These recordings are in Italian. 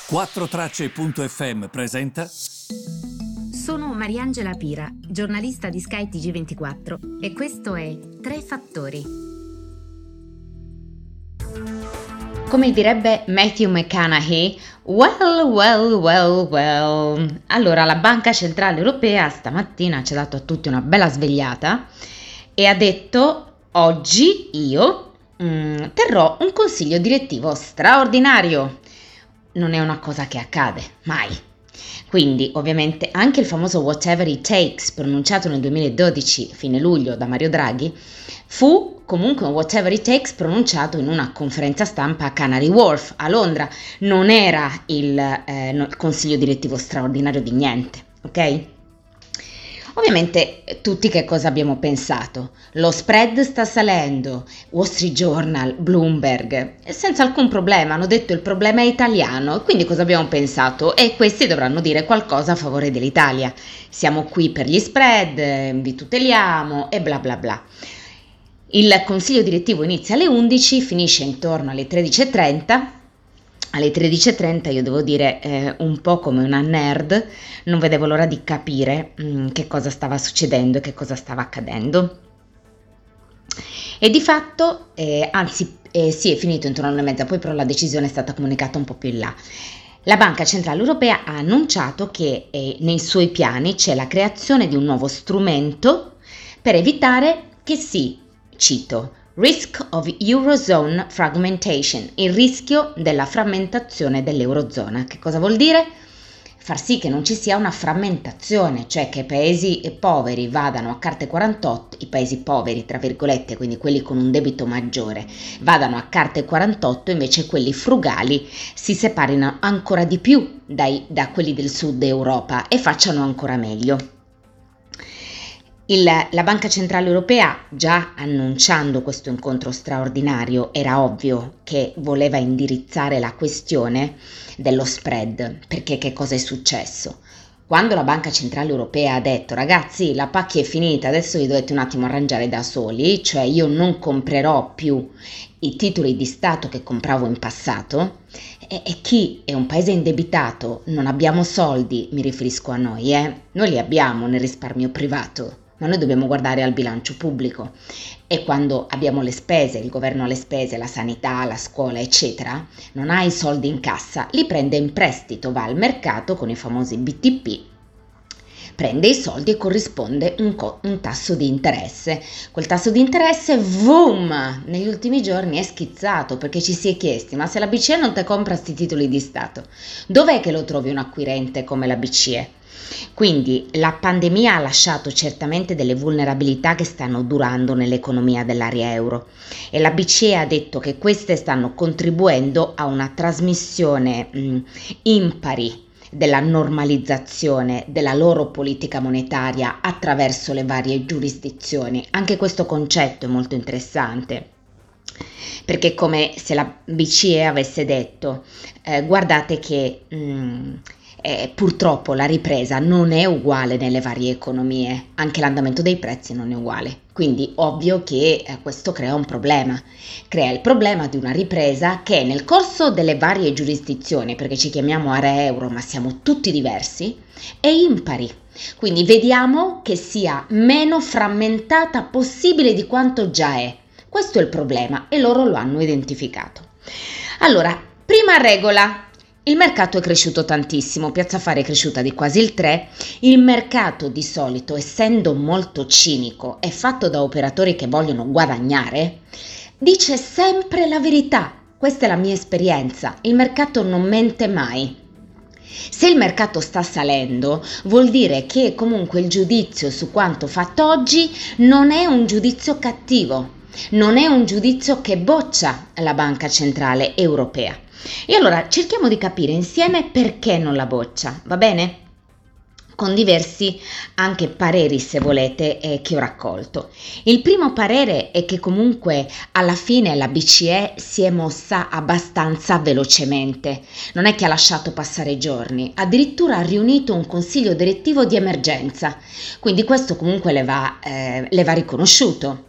4Tracce.fm presenta. Sono Mariangela Pira, giornalista di Sky TG24 e questo è Tre Fattori. Come direbbe Matthew McConaughey, well. Allora, la Banca Centrale Europea stamattina ci ha dato a tutti una bella svegliata e ha detto: oggi io terrò un consiglio direttivo straordinario. Non è una cosa che accade, mai. Quindi, ovviamente, anche il famoso whatever it takes, pronunciato nel 2012, fine luglio, da Mario Draghi, fu comunque un whatever it takes pronunciato in una conferenza stampa a Canary Wharf, a Londra. Non era il consiglio direttivo straordinario di niente, ok? Ovviamente tutti che cosa abbiamo pensato? Lo spread sta salendo, Wall Street Journal, Bloomberg, senza alcun problema hanno detto il problema è italiano, e quindi cosa abbiamo pensato? E questi dovranno dire qualcosa a favore dell'Italia. Siamo qui per gli spread, vi tuteliamo e bla bla bla. Il consiglio direttivo inizia alle 11, finisce intorno alle 13:30. Alle 13:30 io devo dire un po' come una nerd, non vedevo l'ora di capire che cosa stava succedendo e che cosa stava accadendo. E di fatto, sì, è finito intorno alle mezza, poi però la decisione è stata comunicata un po' più in là. La Banca Centrale Europea ha annunciato che nei suoi piani c'è la creazione di un nuovo strumento per evitare che cito, Risk of Eurozone Fragmentation, il rischio della frammentazione dell'Eurozona. Che cosa vuol dire? Far sì che non ci sia una frammentazione, cioè che i paesi poveri vadano a carte 48, i paesi poveri tra virgolette, quindi quelli con un debito maggiore, vadano a carte 48, invece quelli frugali si separino ancora di più da quelli del sud Europa e facciano ancora meglio. La Banca Centrale Europea, già annunciando questo incontro straordinario, era ovvio che voleva indirizzare la questione dello spread, perché che cosa è successo? Quando la Banca Centrale Europea ha detto ragazzi la pacchia è finita, adesso vi dovete un attimo arrangiare da soli, cioè io non comprerò più i titoli di Stato che compravo in passato, e chi è un paese indebitato, non abbiamo soldi, mi riferisco a noi li abbiamo nel risparmio privato, ma noi dobbiamo guardare al bilancio pubblico e quando abbiamo le spese, il governo ha le spese, la sanità, la scuola eccetera, non ha i soldi in cassa, li prende in prestito, va al mercato con i famosi BTP, prende i soldi e corrisponde un tasso di interesse. Quel tasso di interesse, boom, negli ultimi giorni è schizzato perché ci si è chiesti ma se la BCE non te compra sti titoli di Stato, dov'è che lo trovi un acquirente come la BCE? Quindi la pandemia ha lasciato certamente delle vulnerabilità che stanno durando nell'economia dell'area euro e la BCE ha detto che queste stanno contribuendo a una trasmissione impari della normalizzazione della loro politica monetaria attraverso le varie giurisdizioni. Anche questo concetto è molto interessante, perché è come se la BCE avesse detto guardate che purtroppo la ripresa non è uguale nelle varie economie, anche l'andamento dei prezzi non è uguale, quindi ovvio che questo crea un problema, crea il problema di una ripresa che nel corso delle varie giurisdizioni, perché ci chiamiamo area euro ma siamo tutti diversi, è impari, quindi vediamo che sia meno frammentata possibile di quanto già è, questo è il problema e loro lo hanno identificato. Allora, prima regola. Il mercato è cresciuto tantissimo, Piazza Affari è cresciuta di quasi il 3%, il mercato di solito, essendo molto cinico e fatto da operatori che vogliono guadagnare, dice sempre la verità, questa è la mia esperienza, il mercato non mente mai. Se il mercato sta salendo, vuol dire che comunque il giudizio su quanto fatto oggi non è un giudizio cattivo, non è un giudizio che boccia la Banca Centrale Europea. E allora cerchiamo di capire insieme perché non la boccia, va bene? Con diversi anche pareri, se volete, che ho raccolto. Il primo parere è che comunque alla fine la BCE si è mossa abbastanza velocemente, non è che ha lasciato passare giorni, addirittura ha riunito un consiglio direttivo di emergenza, quindi questo comunque le va riconosciuto.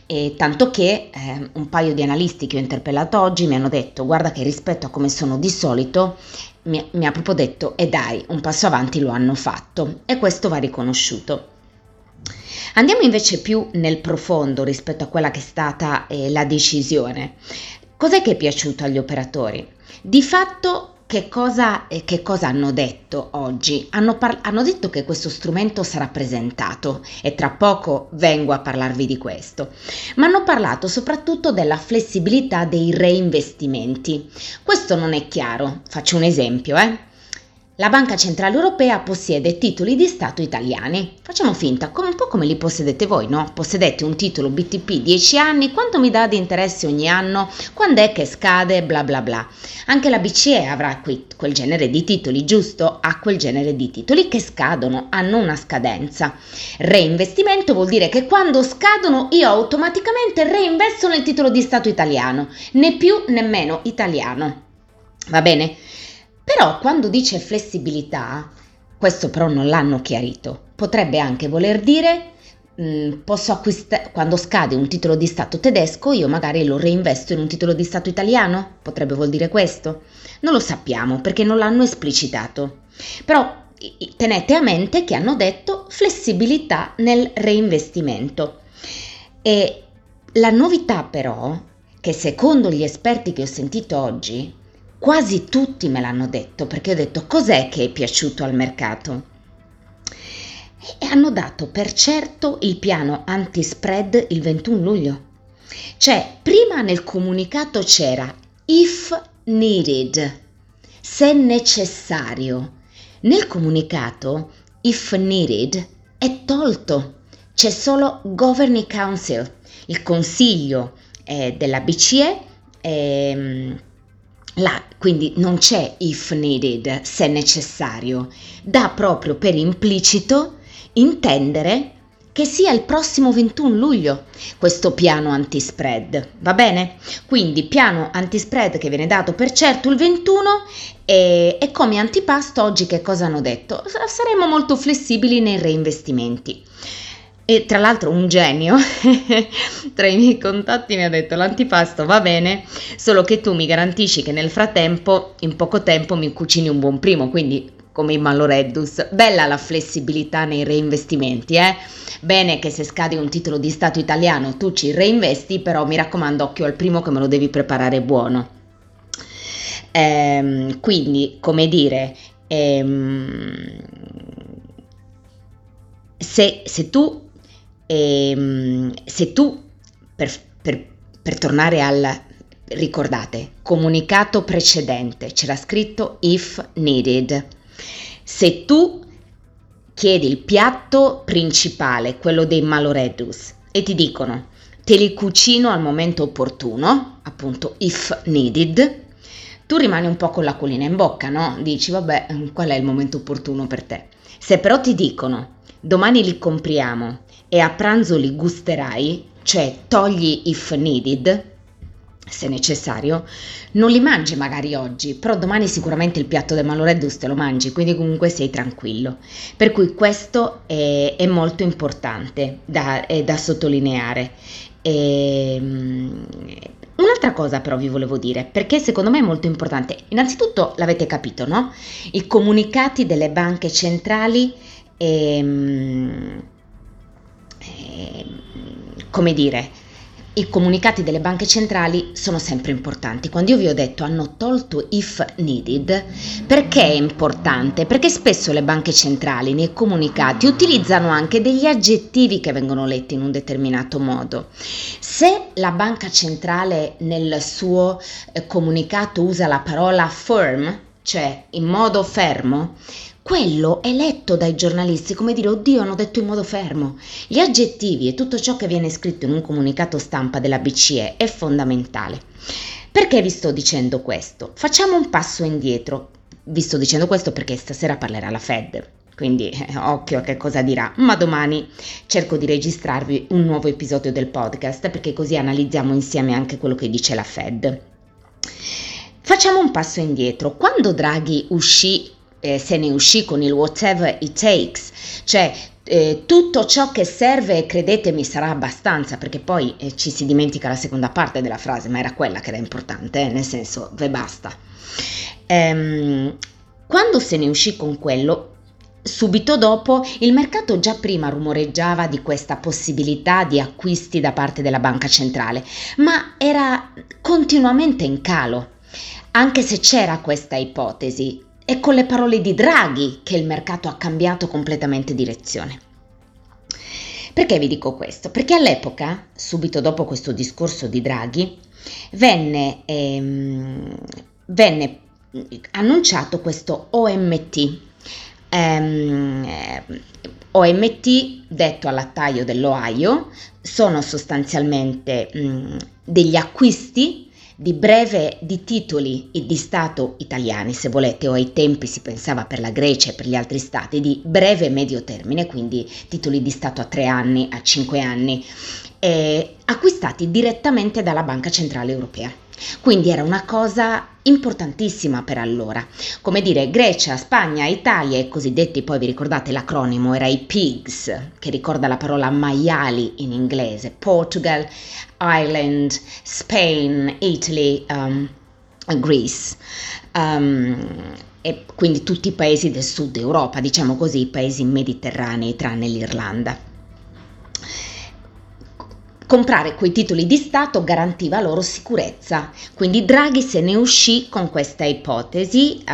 E tanto che un paio di analisti che ho interpellato oggi mi hanno detto: guarda che rispetto a come sono di solito, mi ha proprio detto dai, un passo avanti lo hanno fatto, e questo va riconosciuto. Andiamo invece più nel profondo rispetto a quella che è stata la decisione. Cos'è che è piaciuto agli operatori? Di fatto che cosa hanno detto oggi? Hanno detto che questo strumento sarà presentato e tra poco vengo a parlarvi di questo, ma hanno parlato soprattutto della flessibilità dei reinvestimenti. Questo non è chiaro, faccio un esempio. La Banca Centrale Europea possiede titoli di Stato italiani. Facciamo finta, un po' come li possedete voi, no? Possedete un titolo BTP 10 anni, quanto mi dà di interesse ogni anno, quando è che scade, bla bla bla. Anche la BCE avrà quel genere di titoli, giusto? Ha quel genere di titoli che scadono, hanno una scadenza. Reinvestimento vuol dire che quando scadono io automaticamente reinvesto nel titolo di Stato italiano, né più né meno italiano. Va bene? Però quando dice flessibilità, questo però non l'hanno chiarito, potrebbe anche voler dire posso acquistare, quando scade un titolo di Stato tedesco io magari lo reinvesto in un titolo di Stato italiano? Potrebbe vuol dire questo? Non lo sappiamo perché non l'hanno esplicitato, però tenete a mente che hanno detto flessibilità nel reinvestimento. E la novità però, che secondo gli esperti che ho sentito oggi, quasi tutti me l'hanno detto, perché ho detto cos'è che è piaciuto al mercato? E hanno dato per certo il piano anti-spread il 21 luglio. Cioè, prima nel comunicato c'era if needed, se necessario. Nel comunicato if needed è tolto, c'è solo Governing Council, il consiglio della BCE. Quindi non c'è if needed, se necessario, dà proprio per implicito intendere che sia il prossimo 21 luglio questo piano antispread, va bene? Quindi piano antispread che viene dato per certo il 21 e come antipasto oggi che cosa hanno detto? Saremo molto flessibili nei reinvestimenti. E tra l'altro un genio tra i miei contatti mi ha detto l'antipasto va bene, solo che tu mi garantisci che nel frattempo in poco tempo mi cucini un buon primo, quindi come in Malloreddus. Bella la flessibilità nei reinvestimenti, bene che se scade un titolo di Stato italiano tu ci reinvesti, però mi raccomando occhio al primo che me lo devi preparare buono. Quindi come dire, se tu per tornare ricordate, comunicato precedente, c'era scritto if needed. Se tu chiedi il piatto principale, quello dei Malloreddus, e ti dicono te li cucino al momento opportuno, appunto if needed, tu rimani un po' con l'acquolina in bocca, no? Dici vabbè, qual è il momento opportuno per te? Se però ti dicono domani li compriamo e a pranzo li gusterai, cioè togli if needed, se necessario, non li mangi magari oggi, però domani sicuramente il piatto del Malloreddus te lo mangi, quindi comunque sei tranquillo. Per cui questo è molto importante da sottolineare. Un'altra cosa però vi volevo dire, perché secondo me è molto importante. Innanzitutto l'avete capito, no? I comunicati delle banche centrali come dire, i comunicati delle banche centrali sono sempre importanti. Quando io vi ho detto hanno tolto if needed, perché è importante? Perché spesso le banche centrali nei comunicati utilizzano anche degli aggettivi che vengono letti in un determinato modo. Se la banca centrale nel suo comunicato usa la parola firm, cioè in modo fermo, quello è letto dai giornalisti come dire oddio hanno detto in modo fermo. Gli aggettivi e tutto ciò che viene scritto in un comunicato stampa della BCE è fondamentale. Perché vi sto dicendo questo? Facciamo un passo indietro. Vi sto dicendo questo perché stasera parlerà la Fed, quindi occhio a che cosa dirà, ma domani cerco di registrarvi un nuovo episodio del podcast perché così analizziamo insieme anche quello che dice la Fed. Facciamo un passo indietro. Quando Draghi se ne uscì con il whatever it takes, cioè tutto ciò che serve, credetemi, sarà abbastanza, perché poi ci si dimentica la seconda parte della frase, ma era quella che era importante, nel senso, ve basta. Quando se ne uscì con quello, subito dopo il mercato già prima rumoreggiava di questa possibilità di acquisti da parte della banca centrale, ma era continuamente in calo, anche se c'era questa ipotesi. È con le parole di Draghi che il mercato ha cambiato completamente direzione. Perché vi dico questo? Perché all'epoca, subito dopo questo discorso di Draghi, venne annunciato questo OMT. OMT, detto al lattaio dell'Ohio, sono sostanzialmente degli acquisti di titoli di Stato italiani, se volete, o ai tempi si pensava per la Grecia e per gli altri stati, di breve e medio termine, quindi titoli di Stato a 3 anni, a 5 anni, acquistati direttamente dalla Banca Centrale Europea. Quindi era una cosa importantissima per allora. Come dire, Grecia, Spagna, Italia e cosiddetti, poi vi ricordate l'acronimo, era i PIGS, che ricorda la parola maiali in inglese, Portugal, Ireland, Spain, Italy, Greece, e quindi tutti i paesi del sud Europa, diciamo così, i paesi mediterranei tranne l'Irlanda. Comprare quei titoli di Stato garantiva loro sicurezza, quindi Draghi se ne uscì con questa ipotesi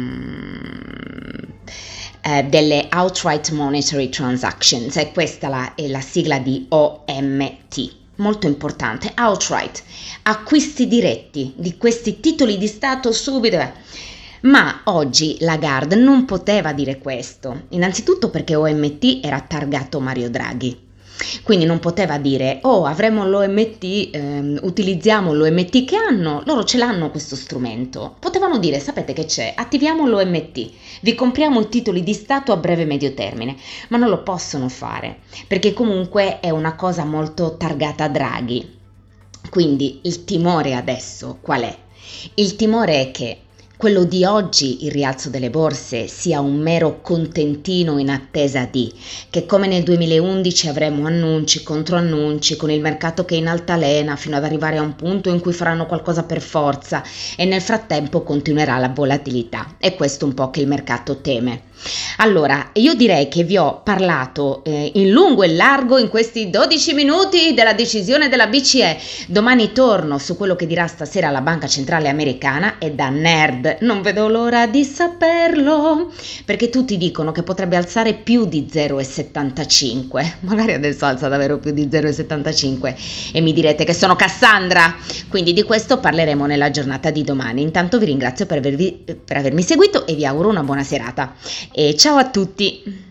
delle Outright Monetary Transactions, e questa è la sigla di OMT, molto importante, outright, acquisti diretti di questi titoli di Stato subito. Ma oggi Lagarde non poteva dire questo, innanzitutto perché OMT era targato Mario Draghi. Quindi non poteva dire, avremo l'OMT, utilizziamo l'OMT che hanno, loro ce l'hanno questo strumento. Potevano dire, sapete che c'è, attiviamo l'OMT, vi compriamo i titoli di Stato a breve e medio termine, ma non lo possono fare, perché comunque è una cosa molto targata a Draghi. Quindi il timore adesso qual è? Il timore è che quello di oggi, il rialzo delle borse, sia un mero contentino in attesa che come nel 2011 avremo annunci contro annunci, con il mercato che è in altalena fino ad arrivare a un punto in cui faranno qualcosa per forza e nel frattempo continuerà la volatilità. È questo un po' che il mercato teme. Allora, io direi che vi ho parlato in lungo e largo in questi 12 minuti della decisione della BCE. Domani torno su quello che dirà stasera la Banca Centrale Americana e da nerd non vedo l'ora di saperlo, perché tutti dicono che potrebbe alzare più di 0,75, magari adesso alza davvero più di 0,75 e mi direte che sono Cassandra, quindi di questo parleremo nella giornata di domani. Intanto vi ringrazio per avermi seguito e vi auguro una buona serata. E ciao a tutti!